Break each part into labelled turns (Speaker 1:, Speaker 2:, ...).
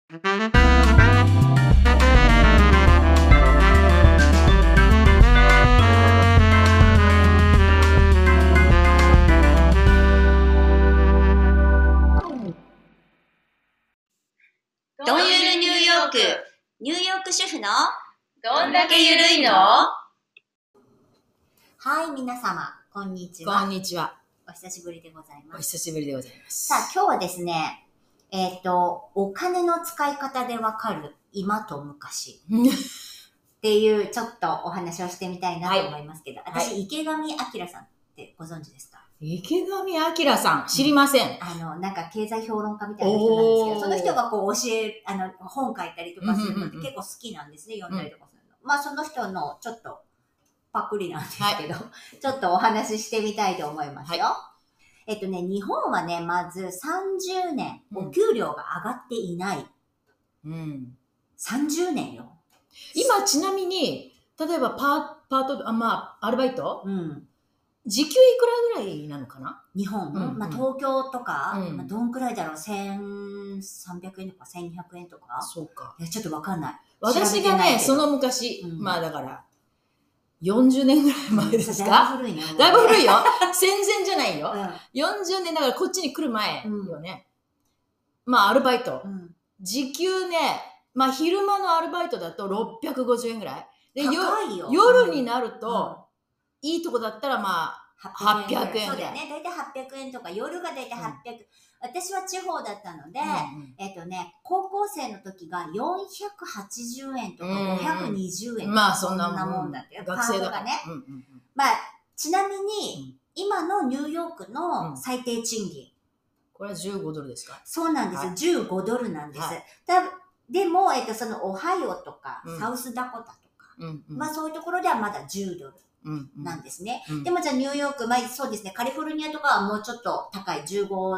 Speaker 1: どんゆるニューヨーク、ニューヨーク主婦の
Speaker 2: どんだけゆるいの？
Speaker 1: はい、皆様、こんにちは。
Speaker 2: こんにちは。
Speaker 1: お久しぶりでございます。
Speaker 2: お久しぶりでございます。
Speaker 1: さあ、今日はですね、お金の使い方でわかる今と昔っていうちょっとお話をしてみたいなと思いますけど、
Speaker 2: はい
Speaker 1: 私、池上彰さんってご存知ですか？
Speaker 2: 池上彰さん、知りません。
Speaker 1: なんか経済評論家みたいな人なんですけど、その人がこう本書いたりとかするのって結構好きなんですね、読んだりとかするの。まあその人のちょっとパクリなんですけど、ちょっとお話ししてみたいと思いますよ。日本はね、まず30年お給料が上がっていない。30年よ。
Speaker 2: 今ちなみに、例えばパート、アルバイト、時給いくらぐらいなのかな？
Speaker 1: 日本、東京とか、どんくらいだろう、1300円とか1200円とか。
Speaker 2: そうか。
Speaker 1: ちょっとわかんない。
Speaker 2: 私がね、その昔、だから、40年ぐらい前ですか？
Speaker 1: だいぶ古いね。
Speaker 2: だいぶ古いよ。戦前じゃないよ。40年だからこっちに来る前よね。アルバイト。時給ね、昼間のアルバイトだと650円ぐらい。で、夜になると、いいとこだったら800円。
Speaker 1: そうだよね。だいたい800円とか、夜がだいたい800円。私は地方だったので、高校生の時が480円とか520円とか、そんなもんだったよ。
Speaker 2: 学生だからね。
Speaker 1: ちなみに、今のニューヨークの最低賃金。
Speaker 2: これは15ドルですか？
Speaker 1: そうなんです。15ドルなんです。でも、そのオハイオとか、サウスダコタとか、そういうところではまだ10ドル。なんですね。でもじゃあニューヨーク、そうですね、カリフォルニアとかはもうちょっと高い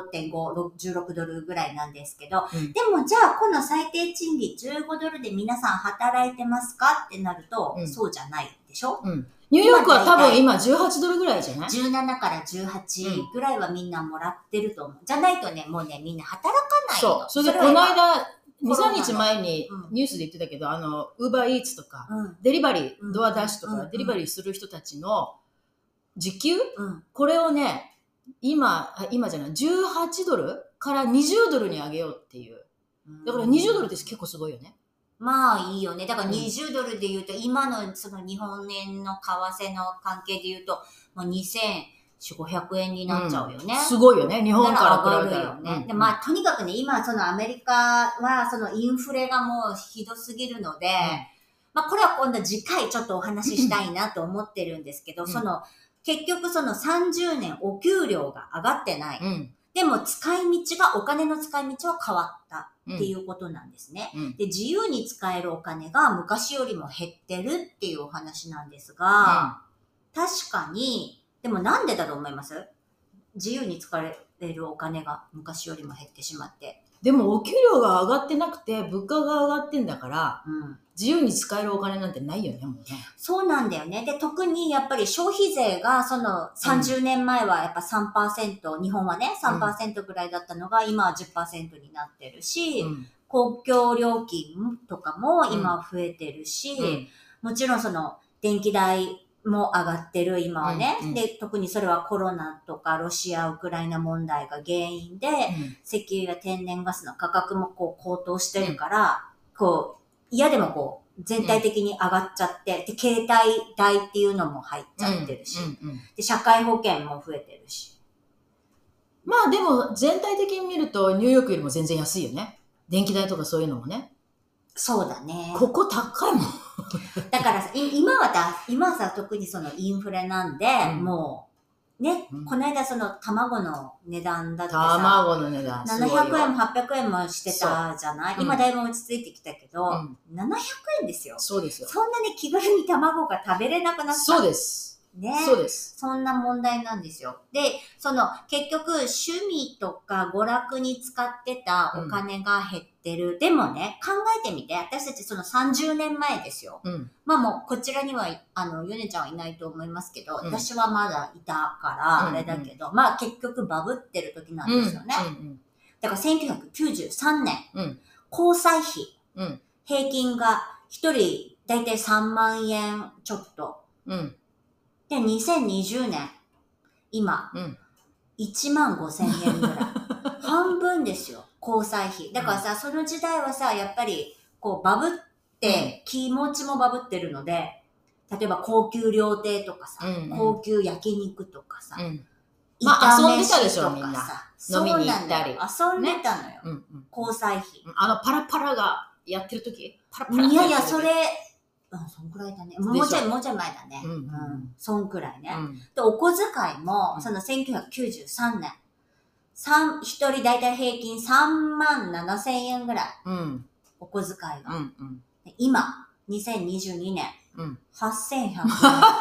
Speaker 1: 15.5、16ドルぐらいなんですけど、でもじゃあこの最低賃金15ドルで皆さん働いてますかってなると、そうじゃないでしょ？
Speaker 2: ニューヨークは多分今18ドルぐらいじゃない？
Speaker 1: 17 から18ぐらいはみんなもらってると思う。じゃないとね、もうね、みんな働かないの。
Speaker 2: それでこの間、2、3日前にニュースで言ってたけど、ウーバーイーツとか、デリバリー、ドアダッシュとか、デリバリーする人たちの時給、これをね、今じゃない、18ドルから20ドルに上げようっていう。だから20ドルって結構すごいよね。
Speaker 1: いいよね。だから20ドルで言うと、今のその日本円の為替の関係で言うと、もう2400円になっちゃうよね。
Speaker 2: すごいよね。日本から
Speaker 1: 比べたら。上がるよね。で、とにかくね、今、そのアメリカは、そのインフレがもうひどすぎるので、これは今度次回ちょっとお話ししたいなと思ってるんですけど、結局その30年お給料が上がってない。でもお金の使い道は変わったっていうことなんですね。で、自由に使えるお金が昔よりも減ってるっていうお話なんですが、確かに、でもなんでだと思います？自由に使えるお金が昔よりも減ってしまって。
Speaker 2: でもお給料が上がってなくて物価が上がってんだから、自由に使えるお金なんてないよね、もうね。
Speaker 1: そうなんだよね。で、特にやっぱり消費税がその30年前はやっぱ 3%、日本はね 3% ぐらいだったのが今は 10% になってるし、公共料金とかも今増えてるし、もちろんその電気代も上がってる今はね、で特にそれはコロナとかロシア・ウクライナ問題が原因で、石油や天然ガスの価格もこう高騰してるから、嫌でも全体的に上がっちゃって、で携帯代っていうのも入っちゃってるし、で社会保険も増えてるし。
Speaker 2: でも全体的に見るとニューヨークよりも全然安いよね。電気代とかそういうのもね。
Speaker 1: そうだね。
Speaker 2: ここ高いもん。
Speaker 1: だからさ、今はさ、特にそのインフレなんで、もう、ね、この間その卵の値段だってさ、
Speaker 2: 卵の値段
Speaker 1: 700円も800円もしてたじゃない？今だいぶ落ち着いてきたけど、700円ですよ。
Speaker 2: そうですよ。
Speaker 1: そんなに気軽に卵が食べれなくなった。
Speaker 2: そうです。
Speaker 1: ね。
Speaker 2: そうです。
Speaker 1: そんな問題なんですよ。で、結局、趣味とか娯楽に使ってたお金が減ってる。でもね、考えてみて、私たちその30年前ですよ。もう、こちらには、ヨネちゃんはいないと思いますけど、私はまだいたから、あれだけど、結局バブってる時なんですよね。だから1993年、 交際費。
Speaker 2: うん。
Speaker 1: 平均が1人だいたい3万円ちょっと。
Speaker 2: うん。
Speaker 1: で、2020年、今、1万5千円ぐらい。半分ですよ、交際費。だからさ、その時代はさ、やっぱり、こう、バブって、気持ちもバブってるので、例えば高級料亭とかさ、高級焼肉とかさ、
Speaker 2: まあ遊んでたでしょ、みんな。
Speaker 1: 飲みに
Speaker 2: 行ったり。
Speaker 1: 遊んでたのよ。交際費。
Speaker 2: パラパラがやってる時パラパ
Speaker 1: ラ。いやいや、それ、そんくらいだね。もうちょい前だね。そんくらいね。で、お小遣いも、その1993年、一人だいたい平均3万7千円ぐらい。お小遣いが。今、2022年、8100円。お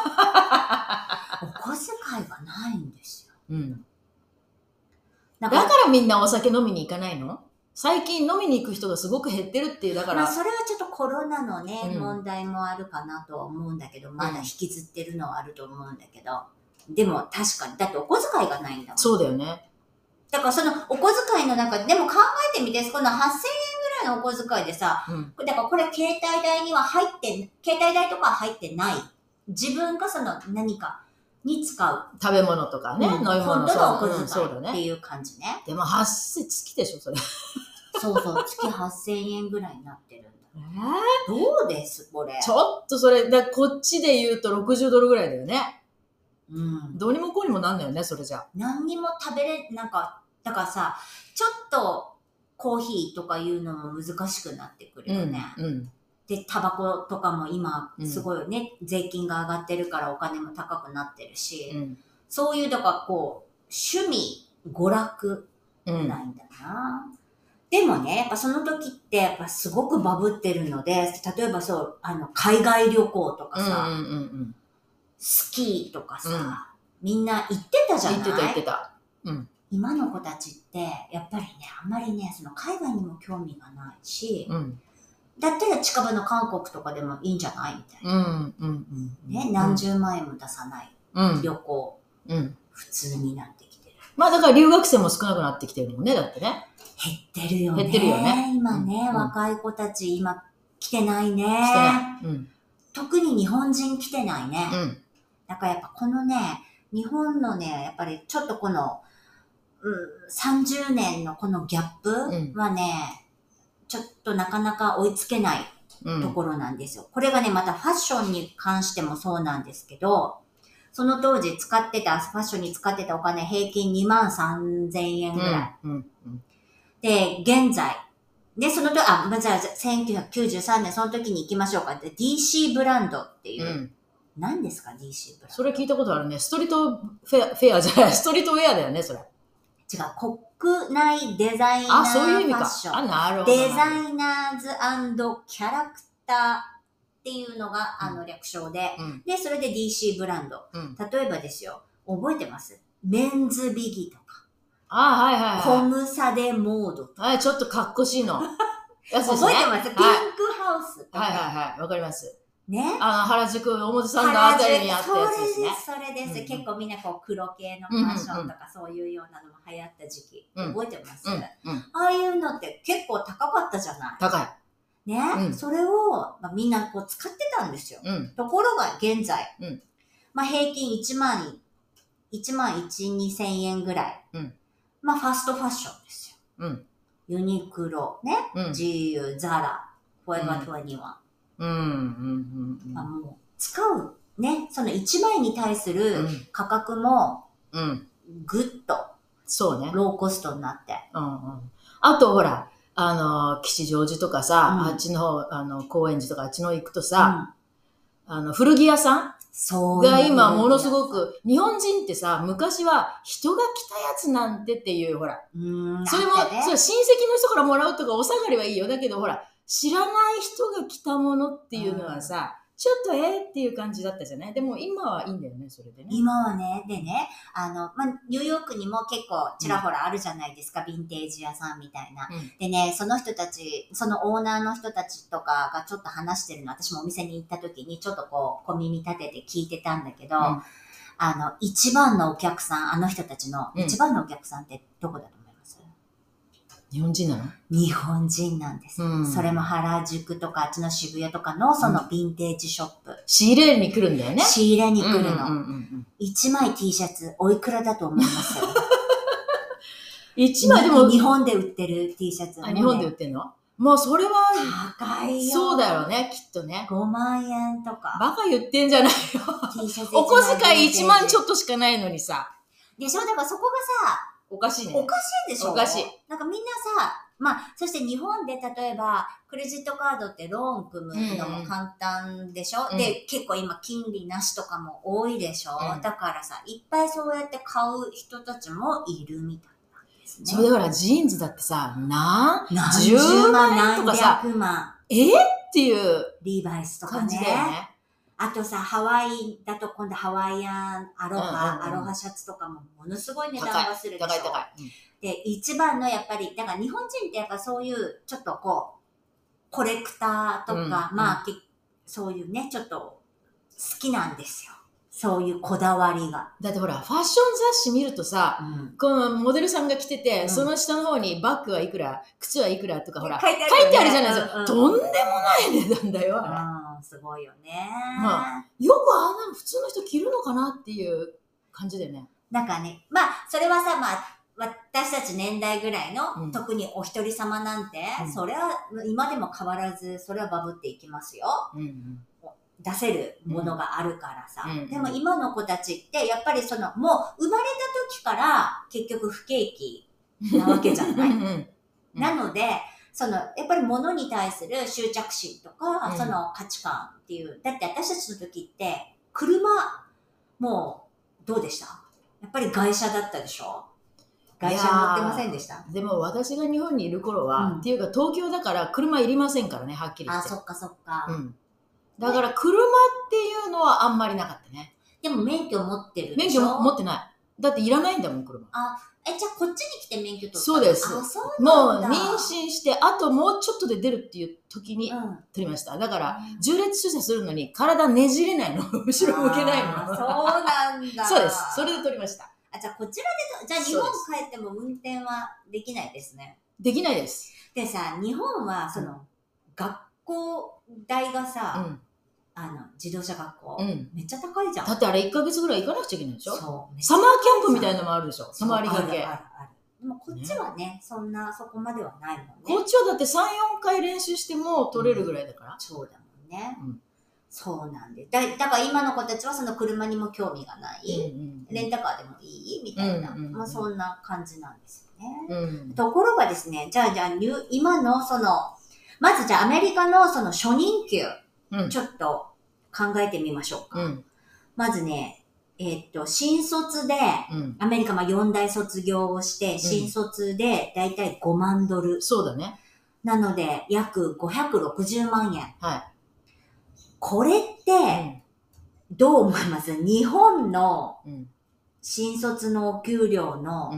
Speaker 1: 小遣いがないんですよ。
Speaker 2: だからみんなお酒飲みに行かないの？最近飲みに行く人がすごく減ってるっていう、だから。
Speaker 1: まあそれはちょっとコロナのね、問題もあるかなとは思うんだけど、まだ引きずってるのはあると思うんだけど。でも確かに、だってお小遣いがないんだもん。
Speaker 2: そうだよね。
Speaker 1: だからそのお小遣いの中で、でも考えてみて、この8000円ぐらいのお小遣いでさ、だからこれ携帯代には入って、携帯代とかは入ってない。自分がその何かに使う。
Speaker 2: 食べ物とかね、飲み物。
Speaker 1: 本当のお小遣いっていう感じね。
Speaker 2: でも月でしょ、それ。
Speaker 1: そうそう、月8000円ぐらいになってるんだ。どうですこれ。
Speaker 2: ちょっとそれ、こっちで言うと60ドルぐらいだよね。どうにもこうにもなんだよね、それじゃ。
Speaker 1: 何にも食べれ、だからさ、ちょっとコーヒーとかいうのも難しくなってくるよね。で、タバコとかも今、すごいね、税金が上がってるからお金も高くなってるし、そういう、だからこう、趣味、娯楽ないんだな。でもね、やっぱその時ってやっぱすごくバブってるので、例えばそう、海外旅行とかさ、スキーとかさ、みんな行ってたじゃない？
Speaker 2: 行ってた。
Speaker 1: 今の子たちって、やっぱりね、あんまりね、その海外にも興味がないし、だったら近場の韓国とかでもいいんじゃないみたいな。ね、何十万円も出さない旅行、普通になってきてる。
Speaker 2: まあだから留学生も少なくなってきてるもんね、だってね。
Speaker 1: 減ってるよね。
Speaker 2: 減ってるよね。
Speaker 1: 今ね、若い子たち今来てないね。来てない。特に日本人来てないね。だからやっぱこのね、日本のね、やっぱりちょっとこの、30年のこのギャップはね、ちょっとなかなか追いつけないところなんですよ。これがね、またファッションに関してもそうなんですけど、その当時ファッションに使ってたお金平均2万3000円ぐらい。で、現在。で、そのと、じゃあ、1993年、その時に行きましょうかって、DC ブランドっていう。何ですか、DC ブランド。
Speaker 2: それ聞いたことあるね。ストリートフェアじゃない、ストリートウェアだよね、それ。
Speaker 1: 違う、国内デザイナーファッション。
Speaker 2: なるほど。
Speaker 1: デザイナーズ&キャラクターっていうのが、略称で、で、それで DC ブランド。例えばですよ、覚えてます？メンズビギとか。コムサデモードとか。
Speaker 2: ちょっとかっこしいの。
Speaker 1: 覚えてます？ピンクハウスとか。
Speaker 2: わかります。
Speaker 1: ね。
Speaker 2: 原宿表参道あたりにあったやつですね。
Speaker 1: それです。結構みんなこう黒系のファッションとかそういうようなのも流行った時期。覚えてます？ああいうのって結構高かったじゃない？
Speaker 2: 高い。
Speaker 1: ね。それをみんなこう使ってたんですよ。ところが現在、平均1万1、2千円ぐらい。ファストファッションですよ。ユニクロ、ね。GU、ザラ、フォエバー21。もう使う、ね。その1枚に対する価格も、ぐっと、
Speaker 2: そうね。
Speaker 1: ローコストになって。
Speaker 2: あと、ほら、吉祥寺とかさ、あっちの方、高円寺とかあっちの行くとさ、古着屋さんが今ものすごく、日本人ってさ、昔は人が着たやつなんてっていう、ほら、それも、それ親戚の人からもらうとかお下がりはいいよ。だけどほら、知らない人が着たものっていうのはさ、ちょっとっていう感じだったじゃない？でも今はいいんだよね、それでね。
Speaker 1: 今はね、でね、ニューヨークにも結構ちらほらあるじゃないですか、ヴィンテージ屋さんみたいな。でね、その人たち、そのオーナーの人たちとかがちょっと話してるの、私もお店に行った時にちょっとこう、小耳立てて聞いてたんだけど、一番のお客さん、あの人たちの一番のお客さんってどこだと思います？
Speaker 2: 日本人なの？
Speaker 1: 日本人なんです。それも原宿とかあっちの渋谷とかのそのヴィンテージショップ。
Speaker 2: 仕入れに来るんだよね。
Speaker 1: 仕入れに来るの。1枚 T シャツおいくらだと思いますよ。
Speaker 2: 1枚でも。
Speaker 1: 日本で売ってる T シャツは、
Speaker 2: ね。日本で売ってんの？もうそれは。
Speaker 1: 高いよ。
Speaker 2: そうだよね、きっとね。
Speaker 1: 5万円とか。
Speaker 2: バカ言ってんじゃないよ。
Speaker 1: T シャツ
Speaker 2: お小遣い1万ちょっとしかないのにさ。
Speaker 1: でしょ？だからそこがさ、
Speaker 2: おかしいね。
Speaker 1: おかしいでしょ？
Speaker 2: おかしい。
Speaker 1: なんかみんなさ、まあ、そして日本で例えば、クレジットカードってローン組むのも簡単でしょ、で、結構今金利なしとかも多いでしょ、だからさ、いっぱいそうやって買う人たちもいるみたいなんですね。
Speaker 2: そうだからジーンズだってさ、
Speaker 1: 十万円とかさ、何百万。
Speaker 2: っていう
Speaker 1: リーバイスとかね。
Speaker 2: 感じだよね。
Speaker 1: あとさ、ハワイだと今度ハワイアンアロハシャツとかもものすごい値段がするでしょ。
Speaker 2: 高い。
Speaker 1: で、一番のやっぱり、だから日本人ってやっぱそういう、ちょっとこう、コレクターとか、まあ、そういうね、ちょっと好きなんですよ。そういうこだわりが。
Speaker 2: だってほら、ファッション雑誌見るとさ、このモデルさんが着てて、その下の方にバッグはいくら、靴はいくらとかほら、書いてあるじゃないですか。とんでもない値段だよ、あ
Speaker 1: れ。すごいよね。
Speaker 2: まあ、よくあんなの普通の人着るのかなっていう感じでね。
Speaker 1: なんかね、まあ、それはさ、まあ、私たち年代ぐらいの、特にお一人様なんて、それは今でも変わらず、それはバブっていきますよ。出せるものがあるからさ。でも今の子たちって、やっぱりその、もう生まれた時から結局不景気なわけじゃないなので、その、やっぱり物に対する執着心とか、その価値観っていう。だって私たちの時って、車、もう、どうでした？やっぱり外車だったでしょ？外車乗ってませんでした？
Speaker 2: でも私が日本にいる頃は、っていうか東京だから車いりませんからね、はっきり言って。
Speaker 1: そっかそっか。
Speaker 2: だから車っていうのはあんまりなかったね。
Speaker 1: でも免許持ってるでしょ？
Speaker 2: 免許持ってない。だっていらないんだもん、車。
Speaker 1: じゃあこっちに来て免許取った？
Speaker 2: そうです。もう妊娠して、あともうちょっとで出るっていう時に取りました。だから、縦列駐車するのに体ねじれないの。後ろ向けないの。
Speaker 1: そうなんだ。
Speaker 2: そうです。それで取りました。
Speaker 1: じゃあこちらで、じゃあ日本帰っても運転はできないですね。
Speaker 2: できないです。
Speaker 1: でさ、日本はその、学校代がさ、自動車学校、めっちゃ高いじゃん。
Speaker 2: だってあれ1ヶ月ぐらい行かなくちゃいけないでしょ？そう。サマーキャンプみたいなのもあるでしょ？サマーリがけ。
Speaker 1: ある。でもこっちはね、そこまではないもんね。
Speaker 2: こっちはだって3、4回練習しても取れるぐらいだから。
Speaker 1: そうだもんね。そうなんで。だから今の子たちはその車にも興味がない。レンタカーでもいいみたいな。まあそんな感じなんですよね。ところがですね、じゃあ今のその、まずじゃあアメリカのその初任給、ちょっと考えてみましょうか。まずね、新卒で、アメリカ4大卒業をして、新卒でだいたい5万ドル。
Speaker 2: そうだね。
Speaker 1: なので、約560万円。
Speaker 2: はい。
Speaker 1: これって、どう思います？日本の新卒のお給料の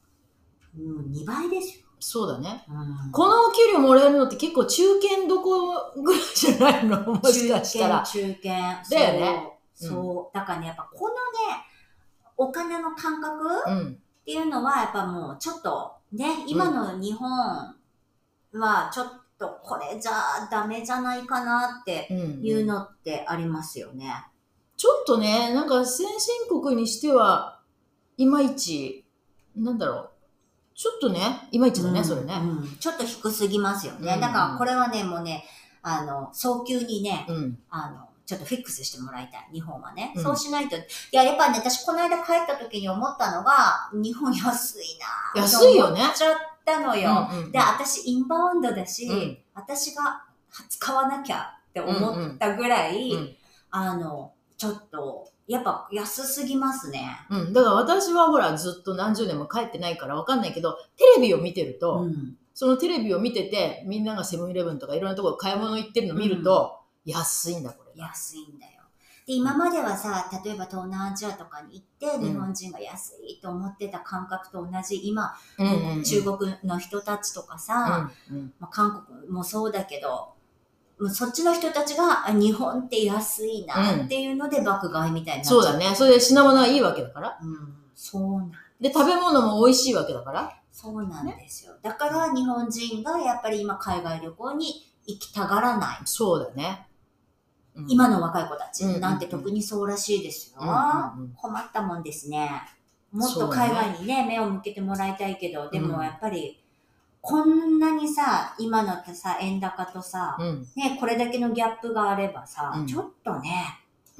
Speaker 1: 2倍ですよ。
Speaker 2: そうだね。このお給料もらえるのって結構中堅どこぐらいじゃないの？もしかしたら。
Speaker 1: 中堅。
Speaker 2: だよね。
Speaker 1: そう。だからね、やっぱこのね、お金の感覚っていうのは、やっぱもうちょっとね、今の日本はちょっとこれじゃダメじゃないかなっていうのってありますよね。
Speaker 2: ちょっとね、なんか先進国にしては、いまいち、なんだろう。ちょっとね、いまいちだね、それね。
Speaker 1: ちょっと低すぎますよね。だからこれはね、もうね、早急にね、ちょっとフィックスしてもらいたい。日本はね。そうしないと。いや、やっぱね、私この間帰った時に思ったのが、日本安いなぁ。
Speaker 2: 安いよね。
Speaker 1: 思っちゃったのよ。で、私インバウンドだし、私が使わなきゃって思ったぐらい、ちょっと、やっぱ安すぎますね。
Speaker 2: だから私はほらずっと何十年も帰ってないからわかんないけど、テレビを見てると、そのテレビを見てて、みんながセブンイレブンとかいろんなところ買い物行ってるの見ると、安いんだ、これ。
Speaker 1: 安いんだよ。で、今まではさ、例えば東南アジアとかに行って、日本人が安いと思ってた感覚と同じ、今、中国の人たちとかさ、韓国もそうだけど、そっちの人たちが日本って安いなっていうので爆買いみたいになっちゃう。
Speaker 2: そうだね。それで品物はいいわけだから。
Speaker 1: そうなん
Speaker 2: で、食べ物も美味しいわけだから。
Speaker 1: そうなんですよ。だから日本人がやっぱり今海外旅行に行きたがらない。
Speaker 2: そうだね。
Speaker 1: 今の若い子たちなんて特にそうらしいですよ。困ったもんですね。もっと海外にね、目を向けてもらいたいけど、でもやっぱり、こんなにさ、今のってさ、円高とさ、ね、これだけのギャップがあればさ、ちょっとね。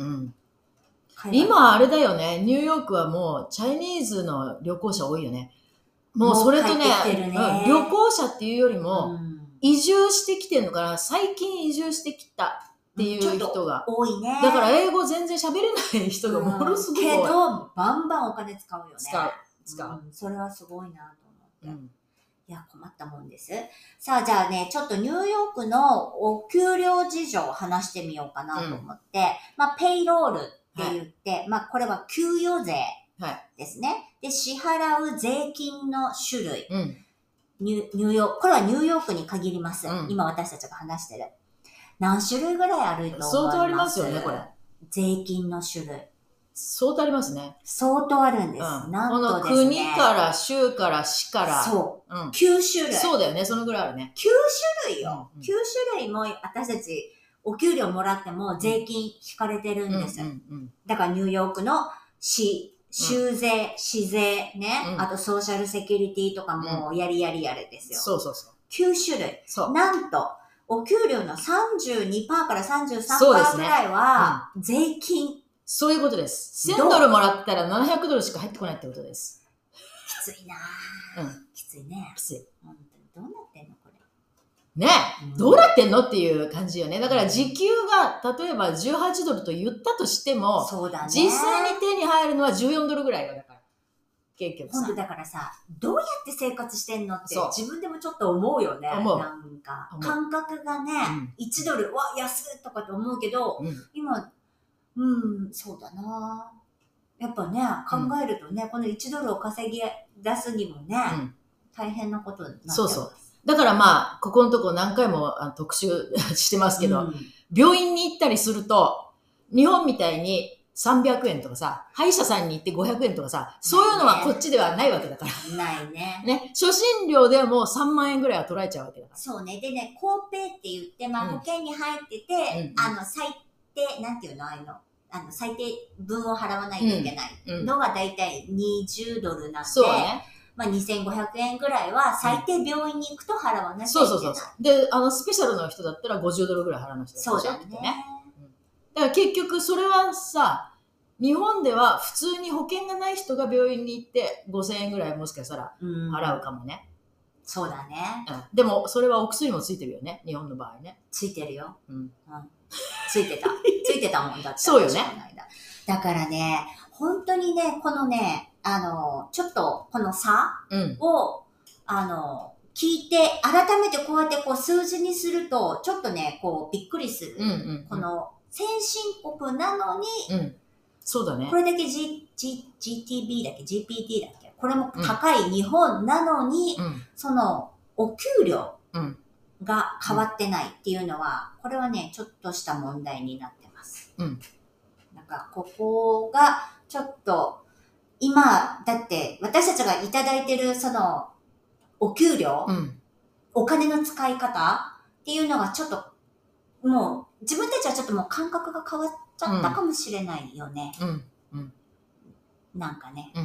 Speaker 2: 今あれだよね、ニューヨークはもうチャイニーズの旅行者多いよね。もうそれとね、旅行者っていうよりも、移住してきてるのかな、最近移住してきたっていう人が。
Speaker 1: 多いね。
Speaker 2: だから英語全然喋れない人がものすごく多い。
Speaker 1: けど、バンバンお金使うよね。
Speaker 2: 使う。
Speaker 1: それはすごいなと思って。いや、困ったもんです。さあ、じゃあね、ちょっとニューヨークのお給料事情を話してみようかなと思って、ペイロールって言って、これは給与税ですね。で、支払う税金の種類。ニューヨーク、これはニューヨークに限ります。今私たちが話してる。何種類ぐらいあると思います？
Speaker 2: 相当ありますよね、これ。
Speaker 1: 税金の種類。
Speaker 2: 相当ありますね。
Speaker 1: 相当あるんです。なんとですね。
Speaker 2: この国から州から市から。
Speaker 1: そう。9種類。
Speaker 2: そうだよね、そのぐらいあるね。
Speaker 1: 9種類よ。9種類も私たちお給料もらっても税金引かれてるんです。だからニューヨークの州税、市税ね、あとソーシャルセキュリティとかもやれですよ。
Speaker 2: そう。
Speaker 1: 9種類。なんと、お給料の 32% から 33% ぐらいは税金。
Speaker 2: そういうことです。1000ドルもらったら700ドルしか入ってこないってことです。
Speaker 1: きついなぁ。きついね。
Speaker 2: きつい。
Speaker 1: 本当にどうなってんのこれ。
Speaker 2: ね、どうなってんのっていう感じよね。だから時給が例えば18ドルと言ったとしても、
Speaker 1: そうだね、
Speaker 2: 実際に手に入るのは14ドルぐらいよ。だから。結局さ。
Speaker 1: 本当だからさ、どうやって生活してんのって自分でもちょっと思うよね。なんか、感覚がね、1ドル、わ、安いとかって思うけど、今、そうだなやっぱね、考えるとね、この1ドルを稼ぎ出すにもね、大変なことになってます。
Speaker 2: そう。だからここのとこ何回も特集してますけど、病院に行ったりすると、日本みたいに300円とかさ、歯医者さんに行って500円とかさ、そういうのはこっちではないわけだから。
Speaker 1: ないね。
Speaker 2: ね、初診料でも3万円ぐらいは取られちゃうわけだから。
Speaker 1: そうね。でね、コーペイって言って、保険に入ってて、最低、なんていうの最低分を払わないといけないのがだいたい20ドルなんで、
Speaker 2: そうね。
Speaker 1: 2500円ぐらいは最低病院に行くと払わなきゃいけない。そう。
Speaker 2: で、スペシャルの人だったら50ドルぐらい払わなきゃいけない。そうだね。だから結局それはさ、日本では普通に保険がない人が病院に行って5000円ぐらいもしかしたら払うかもね。
Speaker 1: そうだね。
Speaker 2: でもそれはお薬もついてるよね、日本の場合ね。
Speaker 1: ついてるよ。ついてたもんだって。
Speaker 2: そうよね。
Speaker 1: だからね、本当にね、このね、ちょっとこの差を、聞いて、改めてこうやって数字にすると、ちょっとね、びっくりする。この先進国なのに、
Speaker 2: そうだね。
Speaker 1: これだけ、GTB だっけ ?GPT だっけこれも高い日本なのに、その、お給料が変わってないっていうのは、これはね、ちょっとした問題になってます。なんか、ここが、ちょっと、今、だって、私たちがいただいてる、その、お給料、お金の使い方っていうのがちょっと、もう、自分たちはちょっともう感覚が変わっちゃったかもしれないよね。なんかね。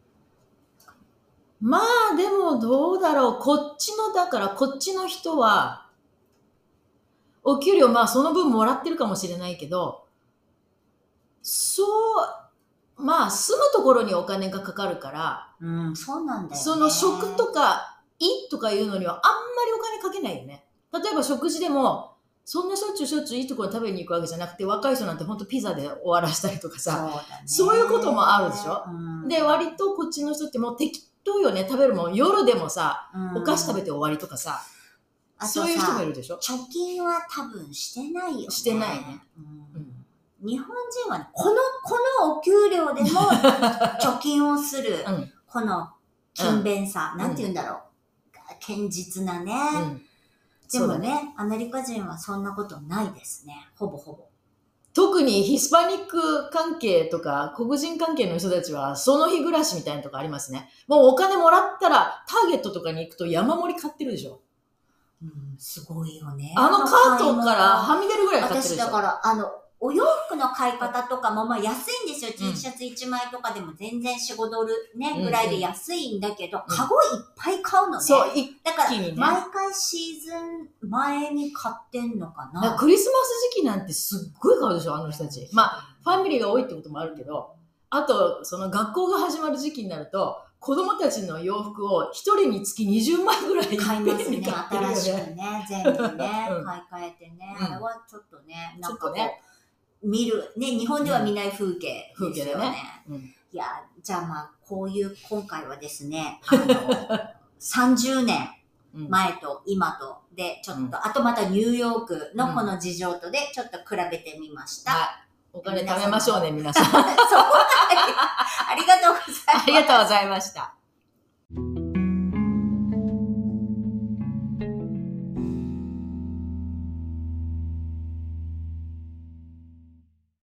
Speaker 2: でもどうだろう。だからこっちの人は、お給料その分もらってるかもしれないけど、住むところにお金がかかるから、
Speaker 1: そうなんだよね。
Speaker 2: その食とか、とかいうのにはあんまりお金かけないよね。例えば食事でも、そんなしょっちゅういいところに食べに行くわけじゃなくて、若い人なんてほんとピザで終わらしたりとかさ、そういうこともあるでしょ。で、割とこっちの人ってもう適当よね、食べるもん。夜でもさ、お菓子食べて終わりとかさ、そういう人もいるでしょ。
Speaker 1: 貯金は多分してないよね。
Speaker 2: してないね。
Speaker 1: 日本人はね、このお給料でも貯金をする、この勤勉さ、なんて言うんだろう。堅実なね。でもね、アメリカ人はそんなことないですね。ほぼほぼ。
Speaker 2: 特にヒスパニック関係とか黒人関係の人たちはその日暮らしみたいなとこありますね。もうお金もらったらターゲットとかに行くと山盛り買ってるでしょ。
Speaker 1: すごいよね。
Speaker 2: あのカートからはみ出るぐらい買ってるでしょ。
Speaker 1: 私だからお洋服の買い方とかもまあ安いんですよ。T シャツ1枚とかでも全然4、5ドルね、ぐらいで安いんだけど、カゴいっぱい買うのね。
Speaker 2: そう、
Speaker 1: だから、毎回シーズン前に買ってんのかな。
Speaker 2: クリスマス時期なんてすっごい買うでしょ、あの人たち。まあ、ファミリーが多いってこともあるけど、あと、その学校が始まる時期になると、子供たちの洋服を一人につき20枚ぐらい
Speaker 1: 買いますね。新しくね、全部ね、買い替えてね。あれはちょっとね、なんかね、見る、ね、日本では見ない風景ですよね。いや、じゃあまあ、こういう、今回はですね、30年前と今とで、ちょっと、あとまたニューヨークのこの事情とで、ちょっと比べてみました。
Speaker 2: お金貯めましょうね、皆さん。
Speaker 1: ありがとうございました。
Speaker 2: ありがとうございました。